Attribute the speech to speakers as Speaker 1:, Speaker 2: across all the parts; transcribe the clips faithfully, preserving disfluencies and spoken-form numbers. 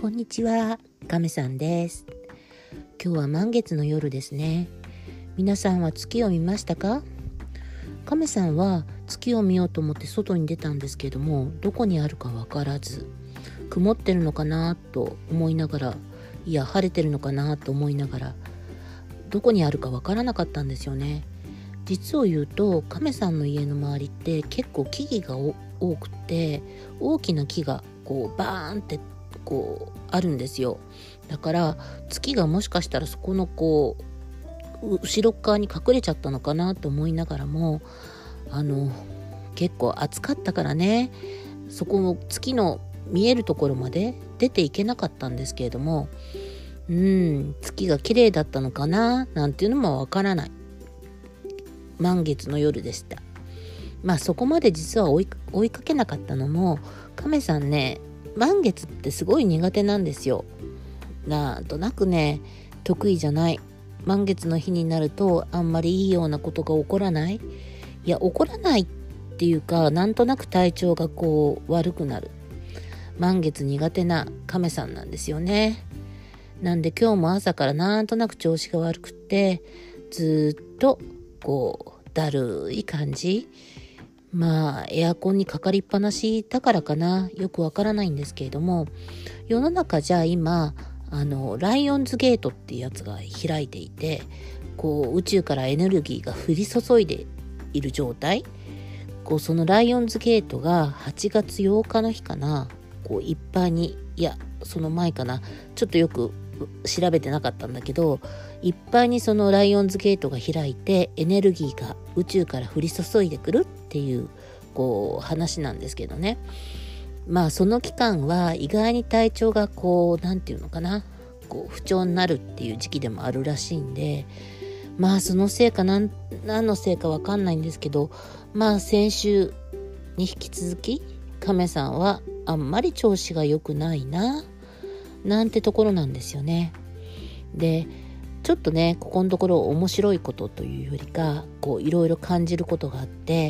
Speaker 1: こんにちは、亀さんです。今日は満月の夜ですね。皆さんは月を見ましたか？亀さんは月を見ようと思って外に出たんですけども、どこにあるかわからず、曇ってるのかなと思いながら、いや晴れてるのかなと思いながら、どこにあるかわからなかったんですよね。実を言うと、亀さんの家の周りって結構木々が多くて、大きな木がこうバーンってこうあるんですよ。だから月がもしかしたらそこのこう後ろ側に隠れちゃったのかなと思いながらも、あの結構暑かったからね、そこの月の見えるところまで出ていけなかったんですけれども、うん月が綺麗だったのかななんていうのもわからない満月の夜でした。まあそこまで実は追い、追いかけなかったのも、亀さんね、満月ってすごい苦手なんですよ。なんとなくね、得意じゃない。満月の日になるとあんまりいいようなことが起こらない。いや起こらないっていうか、なんとなく体調がこう悪くなる。満月苦手な亀さんなんですよね。なんで今日も朝からなんとなく調子が悪くって、ずっとこうだるい感じ。まあエアコンにかかりっぱなしだからかな、よくわからないんですけれども、世の中じゃあ今あのライオンズゲートっていうやつが開いていて、こう宇宙からエネルギーが降り注いでいる状態。こうそのライオンズゲートがはちがつようかの日かな、こういっぱいに、いやその前かな、ちょっとよく調べてなかったんだけど、いっぱいにそのライオンズゲートが開いてエネルギーが宇宙から降り注いでくるっていうこう話なんですけどね。まあその期間は意外に体調がこうなんていうのかな、こう不調になるっていう時期でもあるらしいんで、まあそのせいかなん何のせいかわかんないんですけど、まあ先週に引き続き亀さんはあんまり調子が良くないななんてところなんですよね。でちょっとね、ここのところ面白いことというよりか、こういろいろ感じることがあって、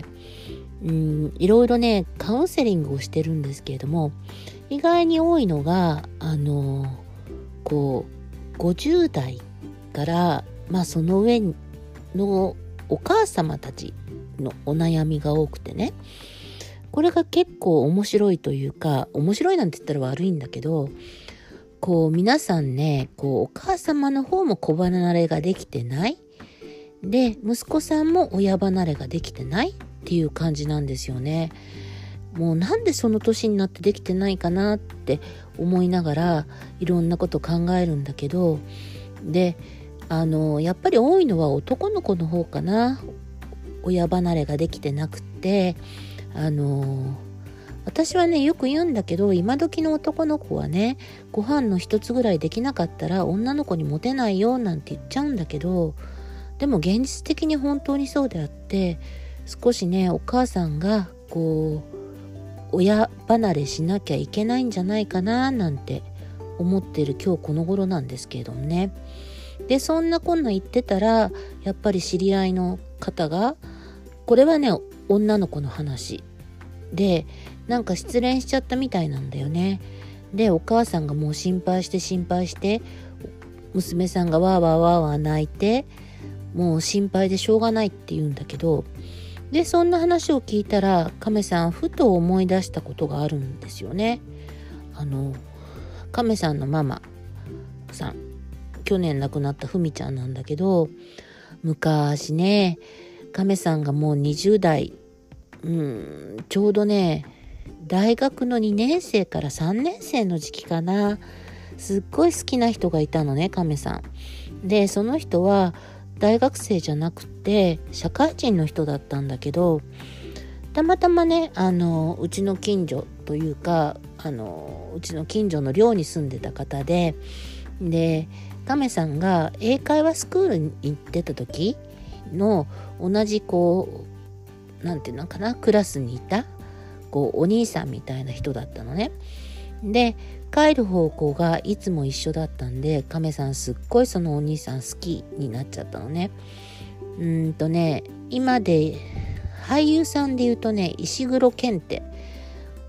Speaker 1: うんいろいろねカウンセリングをしてるんですけれども、意外に多いのがあのこうごじゅうだいからまあその上のお母様たちのお悩みが多くてね、これが結構面白いというか、面白いなんて言ったら悪いんだけど、こう皆さんね、こうお母様の方も子離れができてないで、息子さんも親離れができてないっていう感じなんですよね。もうなんでその年になってできてないかなって思いながらいろんなこと考えるんだけど、であのやっぱり多いのは男の子の方かな、親離れができてなくて、あの私はねよく言うんだけど、今時の男の子はね、ご飯の一つぐらいできなかったら女の子にモテないよなんて言っちゃうんだけど、でも現実的に本当にそうであって、少しねお母さんがこう親離れしなきゃいけないんじゃないかななんて思ってる今日この頃なんですけれどもね。でそんなこんな言ってたら、やっぱり知り合いの方が、これはね女の子の話で、なんか失恋しちゃったみたいなんだよね。でお母さんがもう心配して心配して、娘さんがわーわーわーわー泣いて、もう心配でしょうがないって言うんだけど、でそんな話を聞いたら、亀さんふと思い出したことがあるんですよね。あの亀さんのママさん、去年亡くなったふみちゃんなんだけど、昔ね亀さんがもうにじゅうだい、うんちょうどね大学のにねんせいからさんねんせいの時期かな、すっごい好きな人がいたのね、亀さんで。その人は大学生じゃなくて社会人の人だったんだけど、たまたまねあのうちの近所というか、あのうちの近所の寮に住んでた方で、で亀さんが英会話スクールに行ってた時の同じこうなんていうのかな、クラスにいたこうお兄さんみたいな人だったのね。で帰る方向がいつも一緒だったんで、亀さんすっごいそのお兄さん好きになっちゃったのね。うーんとね今で俳優さんで言うとね、石黒賢って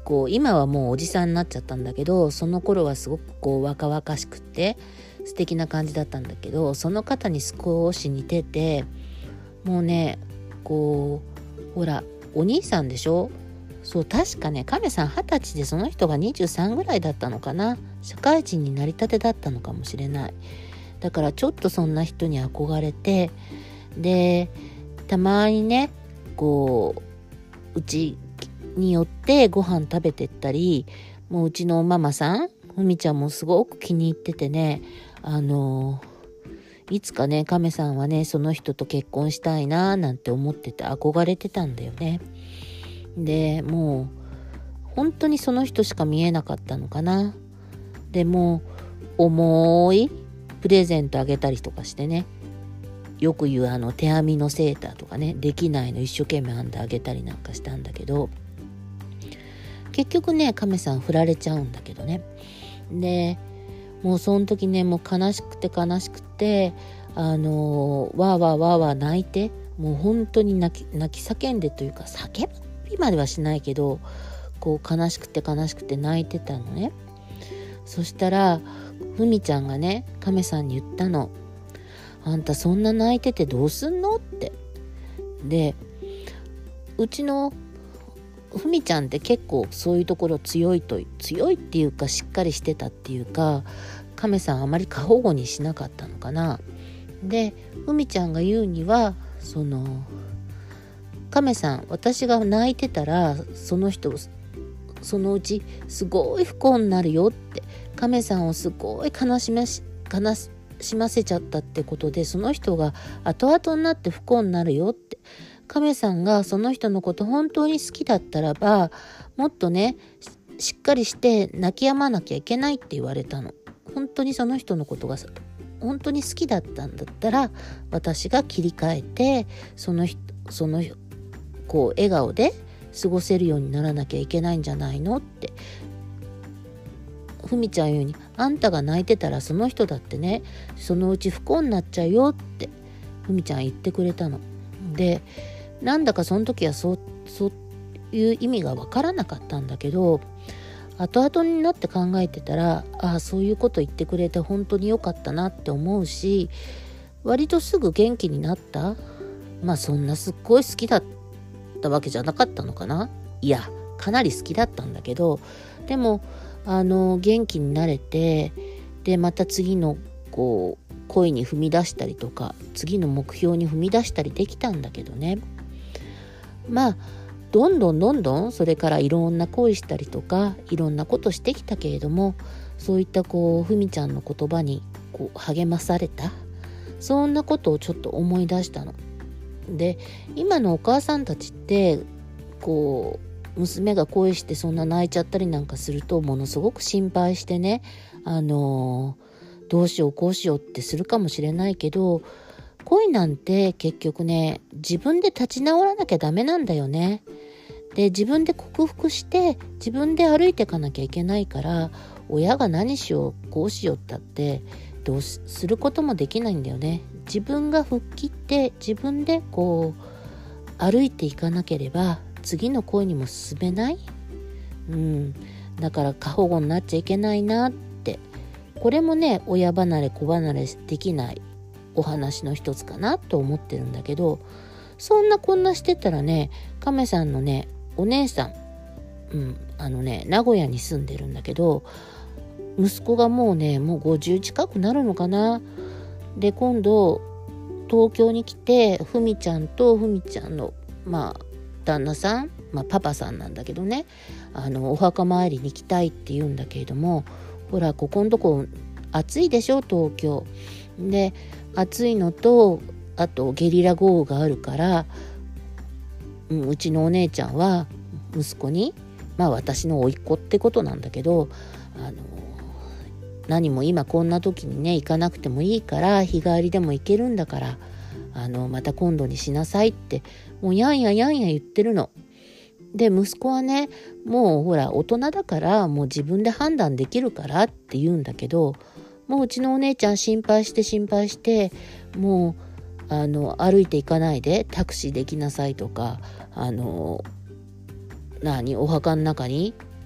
Speaker 1: こう今はもうおじさんになっちゃったんだけど、その頃はすごくこう若々しくって素敵な感じだったんだけど、その方に少し似てて、もうねこうほらお兄さんでしょ。そう確かね亀さんはたちでその人がにじゅうさんぐらいだったのかな。社会人になりたてだったのかもしれない。だからちょっとそんな人に憧れて、でたまにねこううちによってご飯食べてったり、もううちのママさんふみちゃんもすごく気に入っててね、あのいつかね亀さんはねその人と結婚したいななんて思ってて憧れてたんだよね。でもう本当にその人しか見えなかったのかな。でも重いプレゼントあげたりとかしてね、よく言うあの手編みのセーターとかね、できないの一生懸命編んであげたりなんかしたんだけど、結局ね亀さん振られちゃうんだけどね。でもうその時ねもう悲しくて悲しくてあのー、わーわーわーわー泣いて、もう本当に泣き泣き叫んでというか、叫びまではしないけどこう悲しくて悲しくて泣いてたのね。そしたらふみちゃんがね亀さんに言ったの。あんたそんな泣いててどうすんのって。でうちのふみちゃんって結構そういうところ強いと強いっていうかしっかりしてたっていうか、亀さんあまり過保護にしなかったのかな。でふみちゃんが言うには、その亀さん私が泣いてたらその人そのうちすごい不幸になるよって、亀さんをすごい悲しまし悲しませちゃったってことでその人が後々になって不幸になるよって、亀さんがその人のこと本当に好きだったらばもっとねしっかりして泣き止まなきゃいけないって言われたの。本当にその人のことが本当に好きだったんだったら私が切り替えてその人そのこう笑顔で過ごせるようにならなきゃいけないんじゃないのって。ふみちゃん言うに、あんたが泣いてたらその人だってねそのうち不幸になっちゃうよってふみちゃん言ってくれたの。でなんだかその時はそうそういう意味が分からなかったんだけど、後々になって考えてたら、ああそういうこと言ってくれて本当に良かったなって思うし、割とすぐ元気になった。まあそんなすっごい好きだったわけじゃなかったのかな。いやかなり好きだったんだけど、でもあの元気になれて、でまた次のこう恋に踏み出したりとか次の目標に踏み出したりできたんだけどね。まあどんどんどんどんそれからいろんな恋したりとかいろんなことしてきたけれども、そういったこうふみちゃんの言葉にこう励まされた、そんなことをちょっと思い出したの。で今のお母さんたちってこう娘が恋してそんな泣いちゃったりなんかするとものすごく心配してね、あのー、どうしようこうしようってするかもしれないけど、恋なんて結局ね自分で立ち直らなきゃダメなんだよね。で自分で克服して自分で歩いていかなきゃいけないから、親が何しようこうしようったってどうすることもできないんだよね。自分が吹っ切って自分でこう歩いていかなければ次の恋にも進めない。うん、だから過保護になっちゃいけないなって、これもね親離れ子離れできないお話の一つかなと思ってるんだけど、そんなこんなしてたらね亀さんのねお姉さん、うん、あのね名古屋に住んでるんだけど、息子がもうねもうごじゅう近くなるのかな。で今度東京に来てふみちゃんとふみちゃんのまあ旦那さん、まあ、パパさんなんだけどね、あのお墓参りに行きたいって言うんだけれども、ほらここのとこ暑いでしょ東京で、暑いのとあとゲリラ豪雨があるから、うん、うちのお姉ちゃんは息子に、まあ私の甥っ子ってことなんだけど、あの何も今こんな時にね行かなくてもいいから日帰りでも行けるんだから、あのまた今度にしなさいってもうやんややんや言ってるの。で息子はねもうほら大人だからもう自分で判断できるからって言うんだけど、もううちのお姉ちゃん心配して心配してもうあの歩いていかないでタクシーできなさいとか、あの何お墓の中に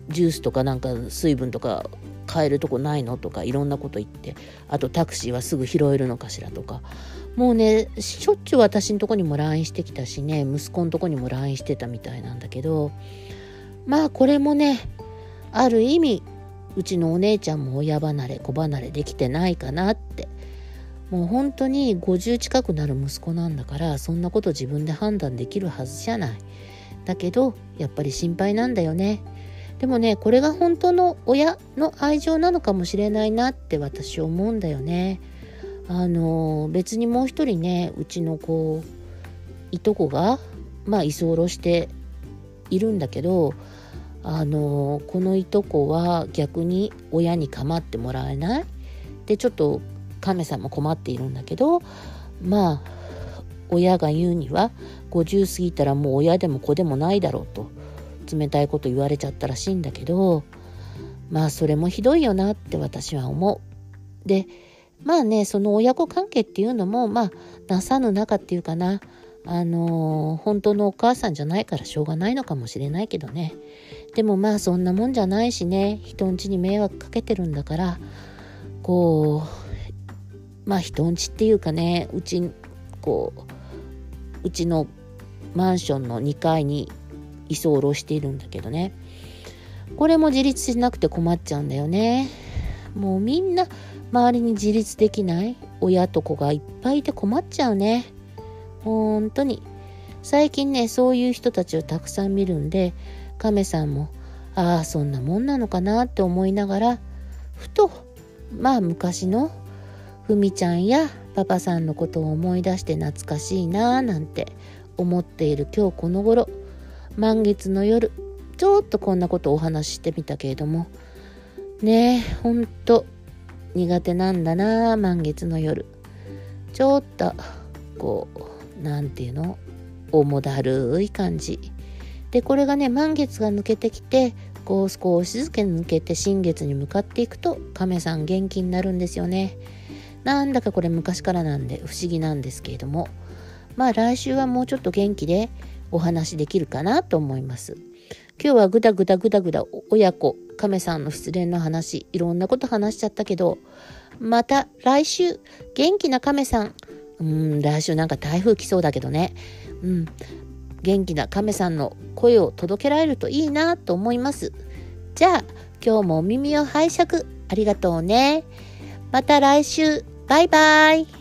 Speaker 1: ジュースとかなんか水分とか買えるとこないのとかいろんなこと言って、あとタクシーはすぐ拾えるのかしらとか、もうねしょっちゅう私のとこにも ライン してきたしね、息子のとこにも ライン してたみたいなんだけど、まあこれもねある意味うちのお姉ちゃんも親離れ子離れできてないかなって。もう本当にごじゅう近くなる息子なんだから、そんなこと自分で判断できるはずじゃない。だけどやっぱり心配なんだよね。でもねこれが本当の親の愛情なのかもしれないなって私思うんだよね。あの別にもう一人ね、うちのこういとこがまあ居候しているんだけど、あのこのいとこは逆に親に構ってもらえないで、ちょっと亀さんも困っているんだけど、まあ親が言うにはごじゅう過ぎたらもう親でも子でもないだろうと冷たいこと言われちゃったらしいんだけど、まあそれもひどいよなって私は思う。でまあね、その親子関係っていうのもまあなさぬ仲っていうかな、あのー、本当のお母さんじゃないからしょうがないのかもしれないけどね。でもまあそんなもんじゃないしね、人ん家に迷惑かけてるんだから、こうまあ人ん家っていうかね、うちこううちのマンションのにかいに居候しているんだけどね、これも自立しなくて困っちゃうんだよね。もうみんな周りに自立できない親と子がいっぱいいて困っちゃうね。本当に最近ねそういう人たちをたくさん見るんで、亀さんもああそんなもんなのかなって思いながら、ふとまあ昔のふみちゃんやパパさんのことを思い出して懐かしいななんて思っている今日この頃、満月の夜ちょっとこんなことをお話ししてみたけれどもね、えほんと苦手なんだな満月の夜。ちょっとこうなんていうの、重だるい感じで、これがね満月が抜けてきてこう少しずつ抜けて新月に向かっていくと亀さん元気になるんですよね。なんだかこれ昔からなんで不思議なんですけれども、まあ来週はもうちょっと元気でお話できるかなと思います。今日はぐだぐだぐだぐだ親子亀さんの失恋の話、いろんなこと話しちゃったけど、また来週元気な亀さん、うーん来週なんか台風来そうだけどね、うん元気な亀さんの声を届けられるといいなと思います。じゃあ今日もお耳を拝借ありがとうね。また来週、バイバイ。